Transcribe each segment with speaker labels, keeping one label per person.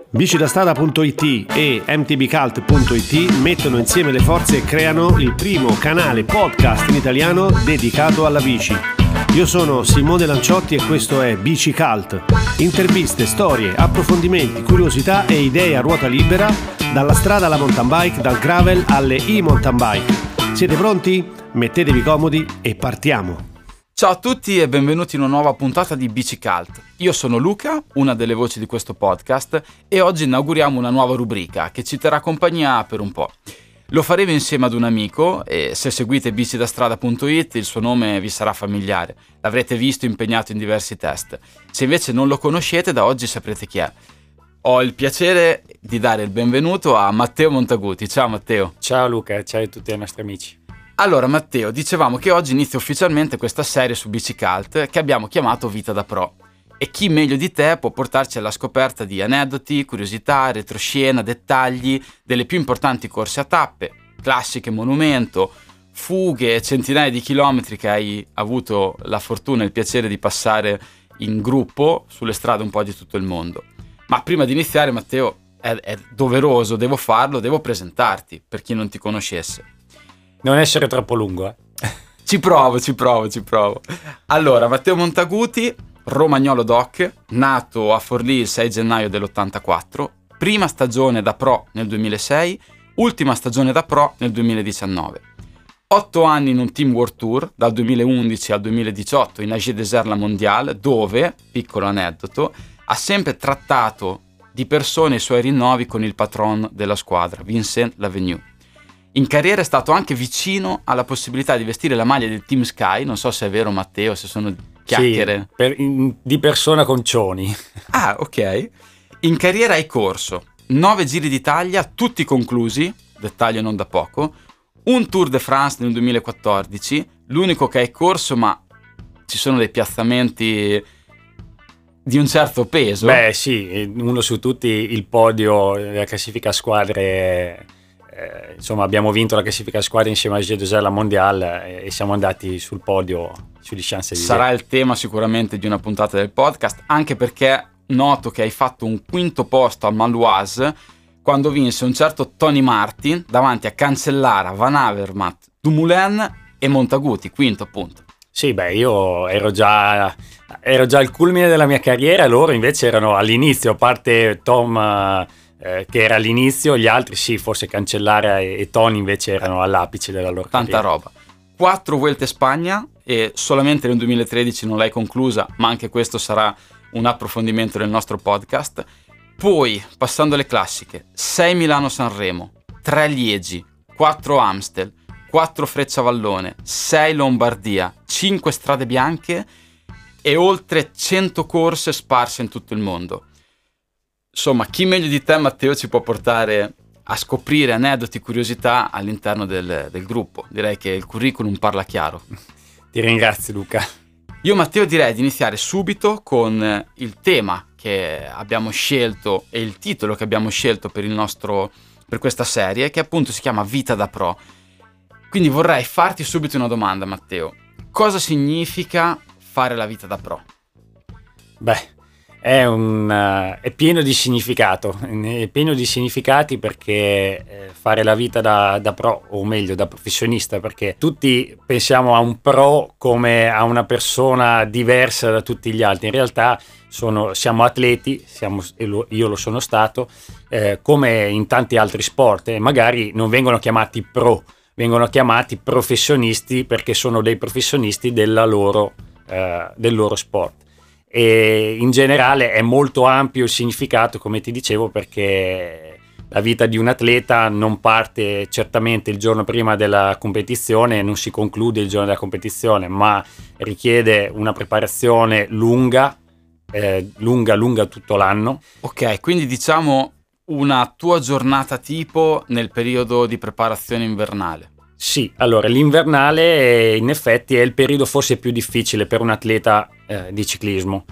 Speaker 1: Bicidastrada.it e mtbcult.it mettono insieme le forze e creano il primo canale podcast in italiano dedicato alla bici. Io sono Simone Lanciotti e questo è Bici Cult. Interviste, storie, approfondimenti, curiosità e idee a ruota libera, dalla strada alla mountain bike, dal gravel alle e-mountain bike. Siete pronti? Mettetevi comodi e partiamo!
Speaker 2: Ciao a tutti e benvenuti in una nuova puntata di Bici Cult. Io sono Luca, una delle voci di questo podcast, e oggi inauguriamo una nuova rubrica che ci terrà compagnia per un po'. Lo faremo insieme ad un amico e se seguite bicidastrada.it il suo nome vi sarà familiare. L'avrete visto impegnato in diversi test. Se invece non lo conoscete, da oggi saprete chi è. Ho il piacere di dare il benvenuto a Matteo Montaguti. Ciao Matteo.
Speaker 3: Ciao Luca, ciao a tutti i nostri amici.
Speaker 2: Allora Matteo, dicevamo che oggi inizia ufficialmente questa serie su Bici Cult che abbiamo chiamato Vita da Pro. E chi meglio di te può portarci alla scoperta di aneddoti, curiosità, retroscena, dettagli delle più importanti corse a tappe, classiche monumento, fughe, centinaia di chilometri che hai avuto la fortuna e il piacere di passare in gruppo sulle strade un po' di tutto il mondo. Ma prima di iniziare, Matteo, è doveroso, devo farlo, devo presentarti per chi non ti conoscesse.
Speaker 3: Non essere troppo lungo, eh?
Speaker 2: Ci provo. Allora, Matteo Montaguti, romagnolo doc, nato a Forlì il 6 gennaio dell'84, prima stagione da pro nel 2006, ultima stagione da pro nel 2019. 8 anni in un team World Tour, dal 2011 al 2018 in AG Desert La Mondiale, dove, piccolo aneddoto, ha sempre trattato di persone i suoi rinnovi con il patron della squadra, Vincent Lavenu. In carriera è stato anche vicino alla possibilità di vestire la maglia del Team Sky, non so se è vero Matteo, se sono chiacchiere.
Speaker 3: Sì, di persona con cioni.
Speaker 2: Ah, ok. In carriera hai corso 9 Giri d'Italia, tutti conclusi, dettaglio non da poco, un Tour de France nel 2014, l'unico che hai corso, ma ci sono dei piazzamenti di un certo peso.
Speaker 3: Beh sì, uno su tutti il podio della classifica squadre. Insomma, abbiamo vinto la classifica squadra insieme a G2 La Mondiale e siamo andati sul podio sugli Champs-Élysées.
Speaker 2: Sarà il tema sicuramente di una puntata del podcast, anche perché noto che hai fatto un quinto posto a Maloise quando vinse un certo Tony Martin davanti a Cancellara, Van Avermaet, Dumoulin e Montaguti, quinto appunto.
Speaker 3: Sì, beh, io ero già al culmine della mia carriera, loro invece erano all'inizio, a parte Tom che era all'inizio, gli altri sì, forse Cancellara e Tony invece erano all'apice della loro
Speaker 2: tanta
Speaker 3: carriera.
Speaker 2: Roba. 4 Vuelte a Spagna e solamente nel 2013 non l'hai conclusa, ma anche questo sarà un approfondimento del nostro podcast. Poi, passando alle classiche, 6 Milano-Sanremo, 3 Liegi, 4 Amstel, 4 Frecciavallone, 6 Lombardia, 5 Strade Bianche e oltre 100 corse sparse in tutto il mondo. Insomma, chi meglio di te, Matteo, ci può portare a scoprire aneddoti, curiosità all'interno del gruppo. Direi che il curriculum parla chiaro.
Speaker 3: Ti ringrazio Luca.
Speaker 2: Io Matteo direi di iniziare subito con il tema che abbiamo scelto e il titolo che abbiamo scelto per questa serie, che appunto si chiama Vita da Pro. Quindi vorrei farti subito una domanda, Matteo. Cosa significa fare la vita da pro?
Speaker 3: Beh, è pieno di significato, è pieno di significati perché fare la vita da pro, o meglio da professionista, perché tutti pensiamo a un pro come a una persona diversa da tutti gli altri. In realtà siamo atleti, io lo sono stato, come in tanti altri sport, e magari non vengono chiamati pro, vengono chiamati professionisti perché sono dei professionisti del loro sport. E in generale è molto ampio il significato, come ti dicevo, perché la vita di un atleta non parte certamente il giorno prima della competizione e non si conclude il giorno della competizione, ma richiede una preparazione lunga tutto l'anno.
Speaker 2: Ok, quindi diciamo una tua giornata tipo nel periodo di preparazione invernale.
Speaker 3: Sì, allora l'invernale in effetti è il periodo forse più difficile per un atleta di ciclismo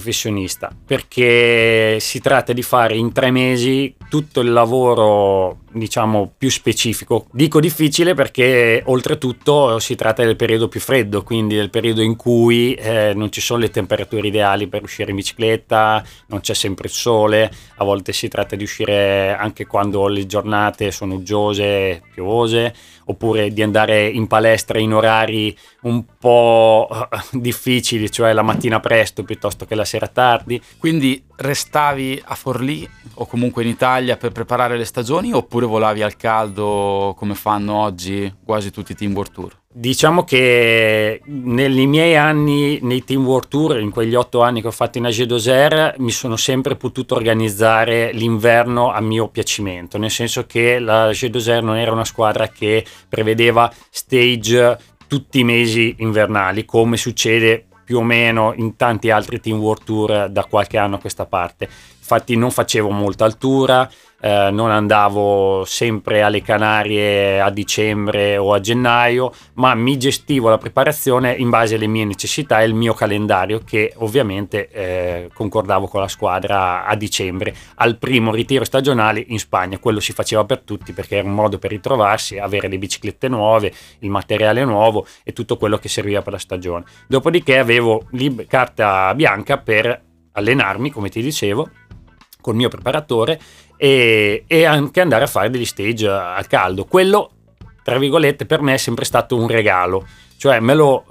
Speaker 3: professionista, perché si tratta di fare in 3 mesi tutto il lavoro diciamo più specifico. Dico difficile perché oltretutto si tratta del periodo più freddo, quindi del periodo in cui non ci sono le temperature ideali per uscire in bicicletta, non c'è sempre il sole, a volte si tratta di uscire anche quando le giornate sono uggiose, piovose, oppure di andare in palestra in orari un po' difficili, cioè la mattina presto piuttosto che la sera tardi.
Speaker 2: Quindi restavi a Forlì o comunque in Italia per preparare le stagioni, oppure volavi al caldo come fanno oggi quasi tutti i Team World Tour?
Speaker 3: Diciamo che nei miei anni nei Team World Tour, in quegli 8 anni che ho fatto in AG Dosert, mi sono sempre potuto organizzare l'inverno a mio piacimento, nel senso che la AG Dosert non era una squadra che prevedeva stage tutti i mesi invernali, come succede più o meno in tanti altri Team World Tour da qualche anno a questa parte. Infatti non facevo molta altura, non andavo sempre alle Canarie a dicembre o a gennaio, ma mi gestivo la preparazione in base alle mie necessità e il mio calendario, che ovviamente concordavo con la squadra a dicembre, al primo ritiro stagionale in Spagna. Quello si faceva per tutti perché era un modo per ritrovarsi, avere le biciclette nuove, il materiale nuovo e tutto quello che serviva per la stagione. Dopodiché avevo carta bianca per allenarmi, come ti dicevo, col mio preparatore e anche andare a fare degli stage al caldo. Quello, tra virgolette, per me è sempre stato un regalo, cioè me lo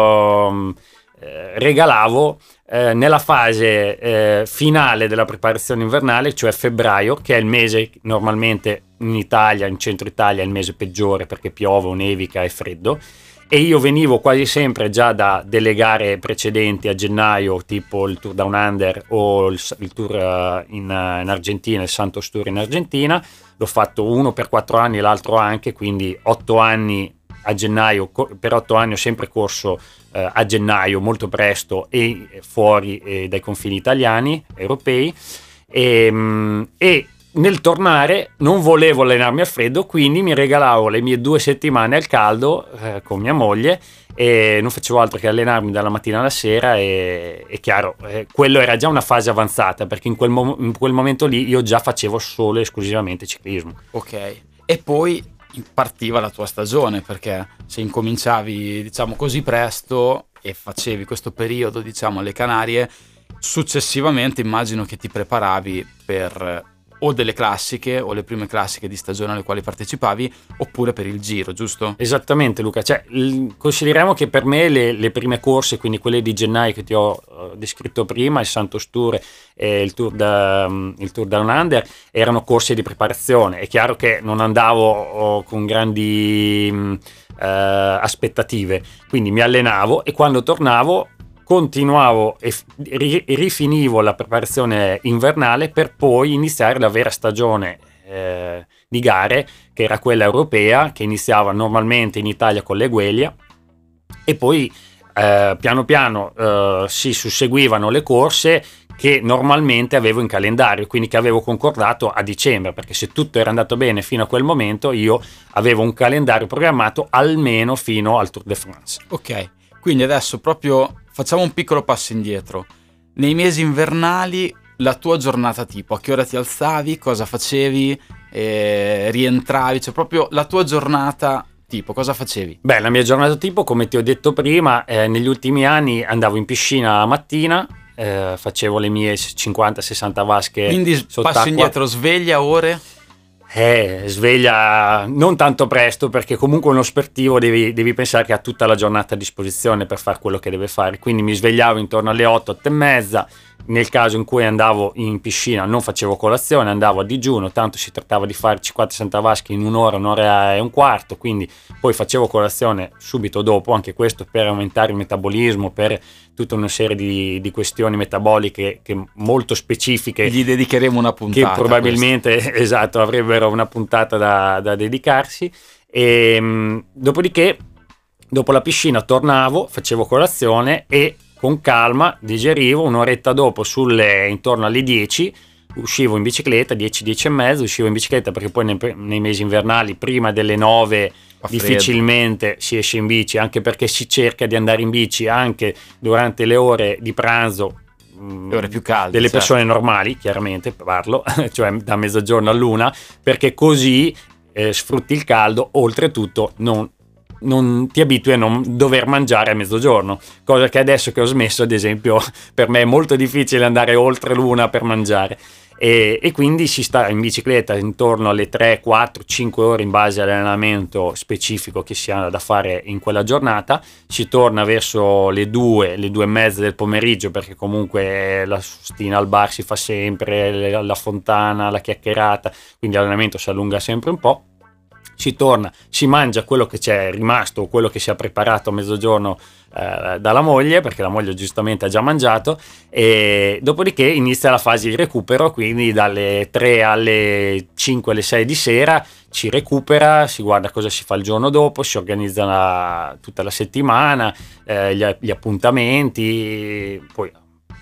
Speaker 3: regalavo nella fase finale della preparazione invernale, cioè febbraio, che è il mese normalmente in Italia, in centro Italia, è il mese peggiore perché piove o nevica e freddo. E io venivo quasi sempre già da delle gare precedenti a gennaio, tipo il Tour Down Under o il Tour in Argentina, il Santos Tour in Argentina. L'ho fatto uno per 4 anni e l'altro anche, quindi 8 anni a gennaio. Per 8 anni ho sempre corso a gennaio, molto presto, e fuori dai confini italiani, europei. E nel tornare non volevo allenarmi al freddo, quindi mi regalavo le mie 2 settimane al caldo con mia moglie e non facevo altro che allenarmi dalla mattina alla sera. E chiaro, quello era già una fase avanzata, perché in quel momento lì io già facevo solo e esclusivamente ciclismo.
Speaker 2: Ok, e poi partiva la tua stagione, perché se incominciavi diciamo così presto e facevi questo periodo diciamo alle Canarie, successivamente immagino che ti preparavi per o delle classiche o le prime classiche di stagione alle quali partecipavi, oppure per il Giro, giusto?
Speaker 3: Esattamente, Luca, cioè consideriamo che per me le prime corse, quindi quelle di gennaio che ti ho descritto prima, il Santos Tour e il Tour Down Under, erano corse di preparazione. È chiaro che non andavo con grandi aspettative, quindi mi allenavo e quando tornavo continuavo e rifinivo la preparazione invernale per poi iniziare la vera stagione di gare, che era quella europea, che iniziava normalmente in Italia con l'Egueglia, e poi piano piano si susseguivano le corse che normalmente avevo in calendario, quindi che avevo concordato a dicembre, perché se tutto era andato bene fino a quel momento io avevo un calendario programmato almeno fino al Tour de France.
Speaker 2: Ok, quindi adesso proprio facciamo un piccolo passo indietro. Nei mesi invernali, la tua giornata tipo, a che ora ti alzavi, cosa facevi, rientravi, cioè proprio la tua giornata tipo, cosa facevi?
Speaker 3: Beh, la mia giornata tipo, come ti ho detto prima, negli ultimi anni andavo in piscina la mattina, facevo le mie 50-60 vasche.
Speaker 2: Quindi
Speaker 3: sott'acqua.
Speaker 2: Passo indietro, sveglia, ore?
Speaker 3: Sveglia non tanto presto, perché comunque uno sportivo devi pensare che ha tutta la giornata a disposizione per fare quello che deve fare, quindi mi svegliavo intorno alle 8, 8 e mezza. Nel caso in cui andavo in piscina non facevo colazione, andavo a digiuno, tanto si trattava di fare 50-60 vasche in un'ora e un quarto, quindi poi facevo colazione subito dopo, anche questo per aumentare il metabolismo, per tutta una serie di questioni metaboliche che molto specifiche.
Speaker 2: Gli dedicheremo una puntata.
Speaker 3: Che probabilmente, esatto, avrebbero una puntata da dedicarsi. E dopodiché, dopo la piscina tornavo, facevo colazione e con calma digerivo. Un'oretta dopo, intorno alle 10, uscivo in bicicletta, 10 e mezzo, uscivo in bicicletta, perché poi nei mesi invernali prima delle 9 difficilmente si esce in bici, anche perché si cerca di andare in bici anche durante le ore di pranzo,
Speaker 2: le ore più calde
Speaker 3: delle persone normali, chiaramente parlo, cioè da mezzogiorno all'1, perché così sfrutti il caldo, oltretutto non ti abitui a non dover mangiare a mezzogiorno, cosa che adesso che ho smesso, ad esempio, per me è molto difficile andare oltre l'1 per mangiare. E quindi si sta in bicicletta intorno alle 3, 4, 5 ore in base all'allenamento specifico che si ha da fare in quella giornata. Si torna verso le 2 e mezza del pomeriggio, perché comunque la sustina al bar si fa sempre, la fontana, la chiacchierata, quindi l'allenamento si allunga sempre un po'. Si torna, si mangia quello che c'è rimasto o quello che si è preparato a mezzogiorno dalla moglie, perché la moglie giustamente ha già mangiato, e dopodiché inizia la fase di recupero, quindi dalle 3 alle 5 alle 6 di sera ci recupera, si guarda cosa si fa il giorno dopo, si organizza tutta la settimana, gli appuntamenti, poi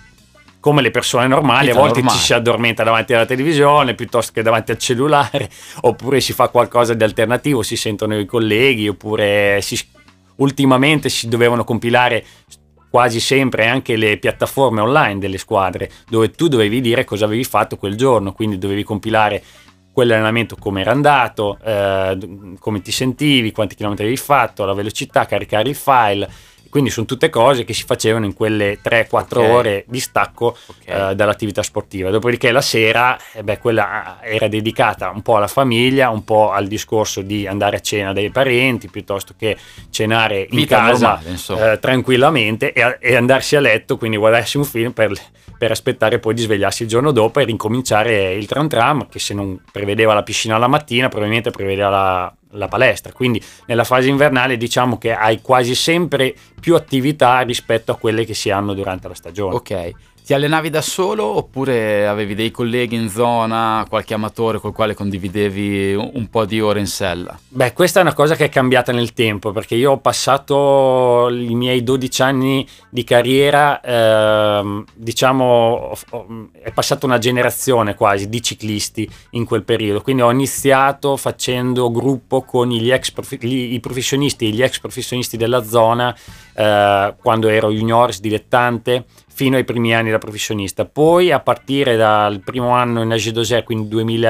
Speaker 3: come le persone normali, a volte ci si addormenta davanti alla televisione piuttosto che davanti al cellulare, oppure si fa qualcosa di alternativo, si sentono i colleghi, oppure ultimamente si dovevano compilare quasi sempre anche le piattaforme online delle squadre, dove tu dovevi dire cosa avevi fatto quel giorno, quindi dovevi compilare quell'allenamento, come era andato, come ti sentivi, quanti chilometri avevi fatto, la velocità, caricare il file. Quindi sono tutte cose che si facevano in quelle 3-4 ore di stacco dall'attività sportiva. Dopodiché la sera, quella era dedicata un po' alla famiglia, un po' al discorso di andare a cena dai parenti, piuttosto che cenare in casa normale, tranquillamente e andarsi a letto, quindi guardarsi un film per aspettare poi di svegliarsi il giorno dopo e ricominciare il tram, che se non prevedeva la piscina alla mattina probabilmente prevedeva la palestra. Quindi nella fase invernale diciamo che hai quasi sempre più attività rispetto a quelle che si hanno durante la stagione.
Speaker 2: Ok, ti allenavi da solo oppure avevi dei colleghi in zona, qualche amatore col quale condividevi un po' di ore in sella?
Speaker 3: Beh, questa è una cosa che è cambiata nel tempo, perché io ho passato i miei 12 anni di carriera, diciamo, è passata una generazione quasi di ciclisti in quel periodo, quindi ho iniziato facendo gruppo con i professionisti e gli ex professionisti della zona quando ero juniores dilettante, fino ai primi anni da professionista. Poi a partire dal primo anno in AG d'Auxerre, quindi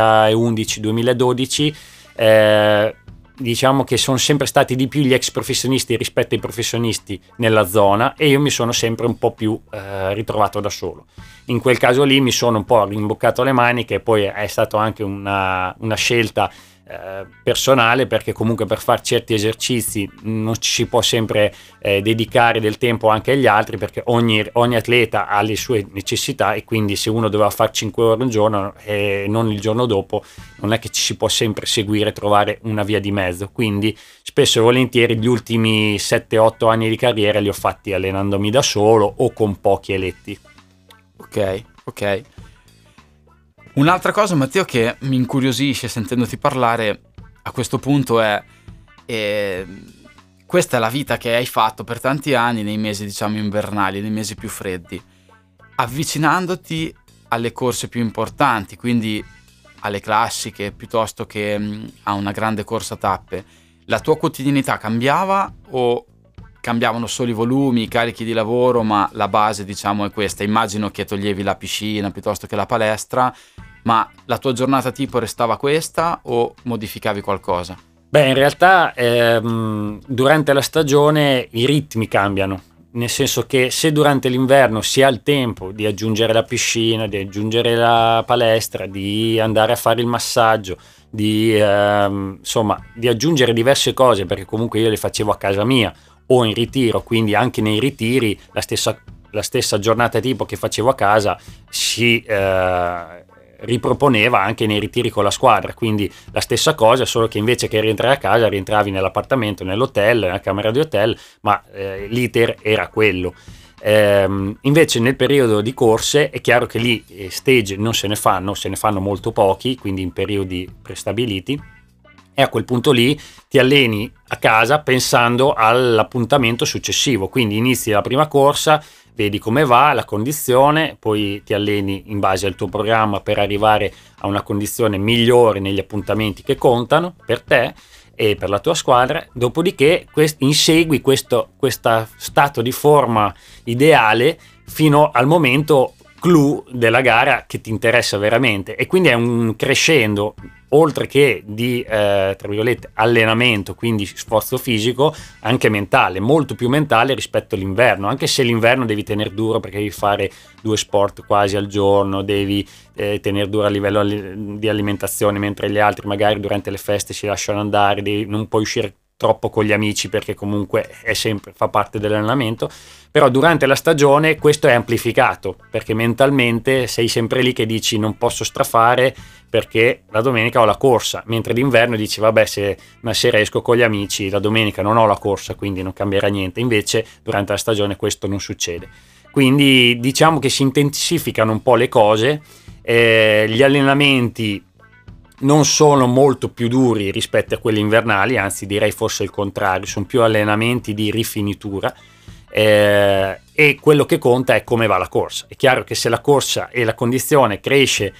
Speaker 3: 2011-2012, diciamo che sono sempre stati di più gli ex professionisti rispetto ai professionisti nella zona, e io mi sono sempre un po' più ritrovato da solo. In quel caso lì mi sono un po' rimboccato le maniche, e poi è stata anche una scelta personale, perché comunque per fare certi esercizi non ci si può sempre dedicare del tempo anche agli altri, perché ogni atleta ha le sue necessità, e quindi se uno doveva fare 5 ore un giorno e non il giorno dopo, non è che ci si può sempre seguire, trovare una via di mezzo. Quindi spesso e volentieri gli ultimi 7-8 anni di carriera li ho fatti allenandomi da solo o con pochi eletti.
Speaker 2: Ok. Un'altra cosa, Matteo, che mi incuriosisce sentendoti parlare a questo punto è questa è la vita che hai fatto per tanti anni nei mesi, diciamo, invernali, nei mesi più freddi, avvicinandoti alle corse più importanti, quindi alle classiche piuttosto che a una grande corsa tappe. La tua quotidianità cambiava o cambiavano solo i volumi, i carichi di lavoro, ma la base, diciamo, è questa? Immagino che toglievi la piscina piuttosto che la palestra, ma la tua giornata tipo restava questa o modificavi qualcosa?
Speaker 3: Beh, in realtà durante la stagione i ritmi cambiano, nel senso che se durante l'inverno si ha il tempo di aggiungere la piscina, di aggiungere la palestra, di andare a fare il massaggio, di aggiungere diverse cose, perché comunque io le facevo a casa mia o in ritiro, quindi anche nei ritiri la stessa giornata tipo che facevo a casa si riproponeva anche nei ritiri con la squadra, quindi la stessa cosa, solo che invece che rientrare a casa rientravi nell'appartamento, nell'hotel, nella camera di hotel, ma l'iter era quello. Invece nel periodo di corse è chiaro che lì stage non se ne fanno molto pochi, quindi in periodi prestabiliti, e a quel punto lì ti alleni a casa pensando all'appuntamento successivo, quindi inizi la prima corsa, vedi come va la condizione, poi ti alleni in base al tuo programma per arrivare a una condizione migliore negli appuntamenti che contano per te e per la tua squadra. Dopodiché insegui questo stato di forma ideale fino al momento clou della gara che ti interessa veramente, e quindi è un crescendo oltre che di tra virgolette allenamento, quindi sforzo fisico, anche mentale, molto più mentale rispetto all'inverno, anche se l'inverno devi tenere duro perché devi fare 2 sport quasi al giorno, devi tenere duro a livello di alimentazione, mentre gli altri magari durante le feste si lasciano andare, non puoi uscire troppo con gli amici perché comunque fa parte dell'allenamento. Però durante la stagione questo è amplificato, perché mentalmente sei sempre lì che dici non posso strafare perché la domenica ho la corsa, mentre d'inverno dici vabbè, se una sera esco con gli amici, la domenica non ho la corsa, quindi non cambierà niente. Invece durante la stagione questo non succede, quindi diciamo che si intensificano un po' le cose, gli allenamenti non sono molto più duri rispetto a quelli invernali, anzi direi forse il contrario, sono più allenamenti di rifinitura, e quello che conta è come va la corsa. È chiaro che se la corsa e la condizione cresce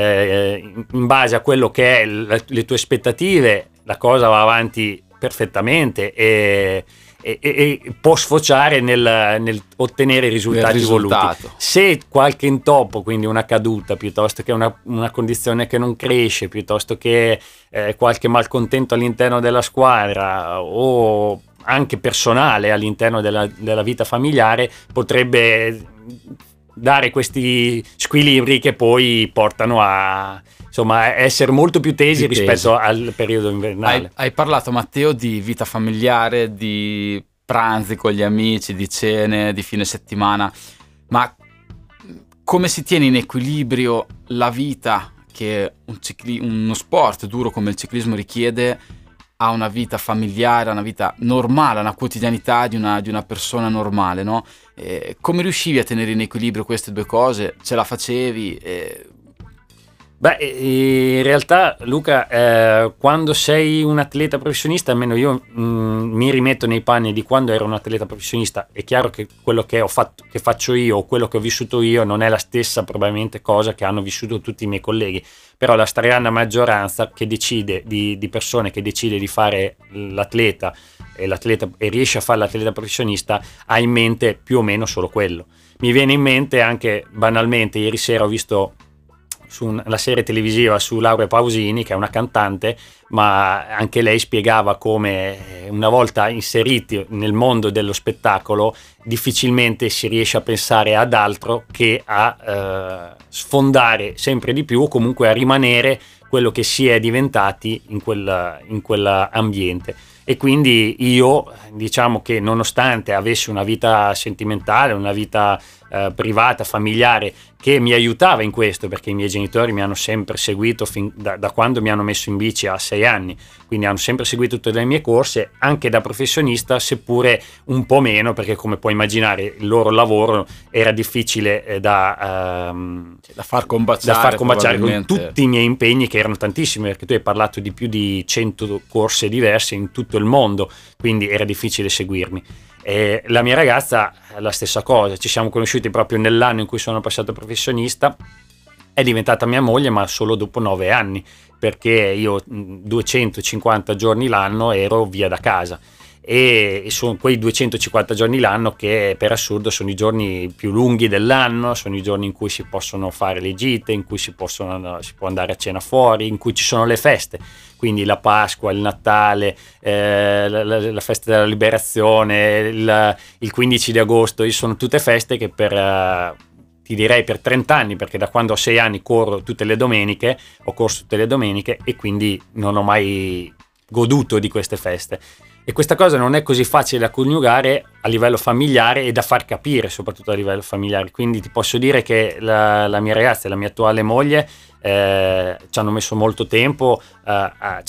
Speaker 3: in base a quello che è le tue aspettative, la cosa va avanti perfettamente e può sfociare nel ottenere i risultati voluti. Se qualche intoppo, quindi una caduta, piuttosto che una condizione che non cresce, piuttosto che qualche malcontento all'interno della squadra o anche personale all'interno della vita familiare, potrebbe dare questi squilibri che poi portano a essere molto più tesi rispetto al periodo invernale.
Speaker 2: Hai parlato, Matteo, di vita familiare, di pranzi con gli amici, di cene, di fine settimana, ma come si tiene in equilibrio la vita che uno sport duro come il ciclismo richiede a una vita familiare, a una vita normale, a una quotidianità di una persona normale, no? Come riuscivi a tenere in equilibrio queste due cose? Ce la facevi?
Speaker 3: Beh, in realtà Luca, quando sei un atleta professionista, almeno io mi rimetto nei panni di quando ero un atleta professionista. È chiaro che quello che faccio io o quello che ho vissuto io non è la stessa probabilmente cosa che hanno vissuto tutti i miei colleghi, però la stragrande maggioranza che decide di persone che decide di fare l'atleta e riesce a fare l'atleta professionista ha in mente più o meno solo quello. Mi viene in mente anche banalmente, ieri sera ho visto la serie televisiva su Laura Pausini, che è una cantante, ma anche lei spiegava come una volta inseriti nel mondo dello spettacolo difficilmente si riesce a pensare ad altro che a sfondare sempre di più o comunque a rimanere quello che si è diventati in quell'ambiente. E quindi io, diciamo che nonostante avessi una vita sentimentale, una vita privata, familiare, che mi aiutava in questo, perché i miei genitori mi hanno sempre seguito da quando mi hanno messo in bici a 6 anni, quindi hanno sempre seguito tutte le mie corse, anche da professionista, seppure un po' meno, perché come puoi immaginare il loro lavoro era difficile da far combaciare con tutti i miei impegni, che erano tantissimi, perché tu hai parlato di più di 100 corse diverse in tutto il mondo, quindi era difficile seguirmi. E la mia ragazza la stessa cosa, ci siamo conosciuti proprio nell'anno in cui sono passato professionista, è diventata mia moglie ma solo dopo 9 anni, perché io 250 giorni l'anno ero via da casa, e sono quei 250 giorni l'anno che per assurdo sono i giorni più lunghi dell'anno, sono i giorni in cui si possono fare le gite, in cui si può andare a cena fuori, in cui ci sono le feste, quindi la Pasqua, il Natale, la festa della Liberazione, il 15 di agosto, sono tutte feste che ti direi per 30 anni, perché da quando ho 6 anni corro tutte le domeniche, ho corso tutte le domeniche e quindi non ho mai goduto di queste feste. E questa cosa non è così facile da coniugare a livello familiare e da far capire soprattutto a livello familiare, quindi ti posso dire che la mia ragazza e la mia attuale moglie ci hanno messo molto tempo a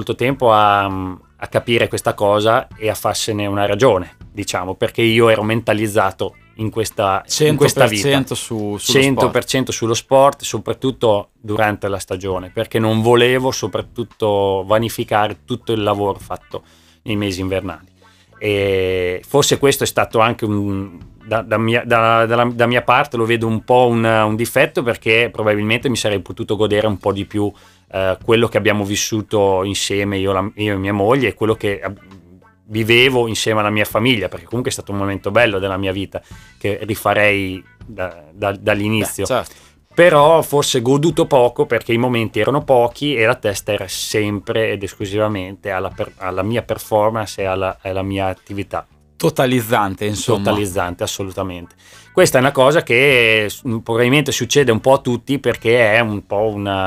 Speaker 3: capire questa cosa e a farsene una ragione, diciamo, perché io ero mentalizzato in questa vita 100% sullo sport, soprattutto durante la stagione, perché non volevo soprattutto vanificare tutto il lavoro fatto nei mesi invernali. E forse questo è stato anche da mia parte, lo vedo un po' un difetto, perché probabilmente mi sarei potuto godere un po' di più quello che abbiamo vissuto insieme io e mia moglie, e quello che vivevo insieme alla mia famiglia, perché comunque è stato un momento bello della mia vita che rifarei dall'inizio.
Speaker 2: Certo.
Speaker 3: Però forse goduto poco perché i momenti erano pochi e la testa era sempre ed esclusivamente alla mia performance e alla mia attività.
Speaker 2: Totalizzante, insomma.
Speaker 3: Totalizzante, assolutamente. Questa è una cosa che probabilmente succede un po' a tutti, perché è un po'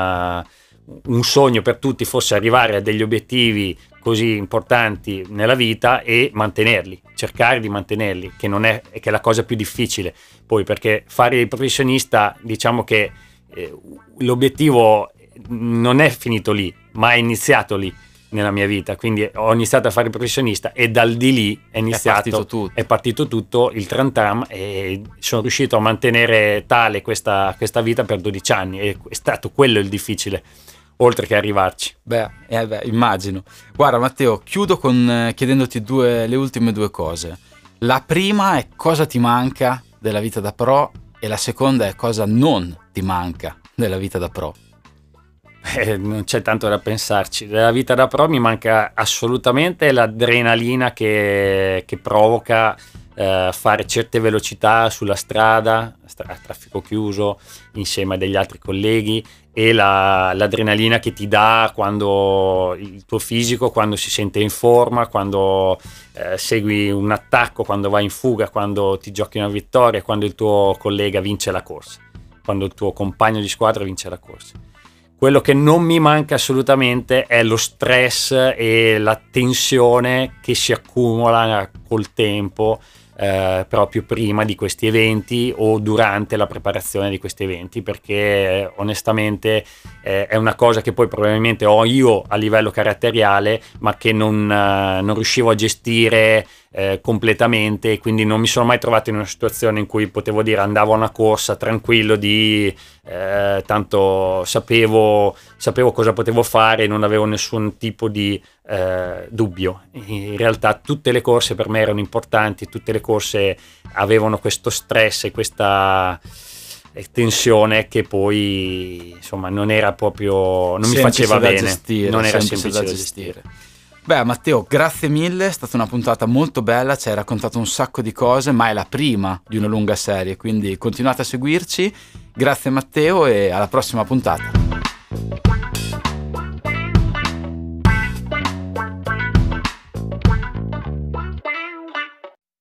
Speaker 3: un sogno per tutti, forse arrivare a degli obiettivi così importanti nella vita e mantenerli, cercare di mantenerli, che è la cosa più difficile. Poi, perché fare il professionista, diciamo che l'obiettiò non è finito lì, ma è iniziato lì nella mia vita. Quindi ho iniziato a fare il professionista e dal di lì è partito tutto il tram tram, e sono riuscito a mantenere tale questa vita per 12 anni, e è stato quello il difficile, oltre che arrivarci.
Speaker 2: Beh, immagino. Guarda Matteo, chiudo chiedendoti le ultime due cose. La prima è cosa ti manca della vita da pro, e la seconda è cosa non ti manca della vita da pro.
Speaker 3: Non c'è tanto da pensarci. Della vita da pro mi manca assolutamente l'adrenalina che provoca fare certe velocità sulla strada, a traffico chiuso, insieme a degli altri colleghi, e l'adrenalina che ti dà quando il tuo fisico, quando si sente in forma, quando segui un attacco, quando vai in fuga, quando ti giochi una vittoria, quando il tuo collega vince la corsa, quando il tuo compagno di squadra vince la corsa. Quello che non mi manca assolutamente è lo stress e la tensione che si accumula col tempo, proprio prima di questi eventi o durante la preparazione di questi eventi, perché onestamente è una cosa che poi probabilmente ho io a livello caratteriale, ma che non riuscivo a gestire completamente, e quindi non mi sono mai trovato in una situazione in cui potevo dire andavo a una corsa tranquillo tanto sapevo cosa potevo fare e non avevo nessun tipo di dubbio. In realtà tutte le corse per me erano importanti, tutte le corse avevano questo stress e questa tensione che poi insomma non era proprio, non mi faceva bene, non era semplice da gestire.
Speaker 2: Beh Matteo, grazie mille, è stata una puntata molto bella, ci hai raccontato un sacco di cose, ma è la prima di una lunga serie, quindi continuate a seguirci. Grazie Matteo e alla prossima puntata.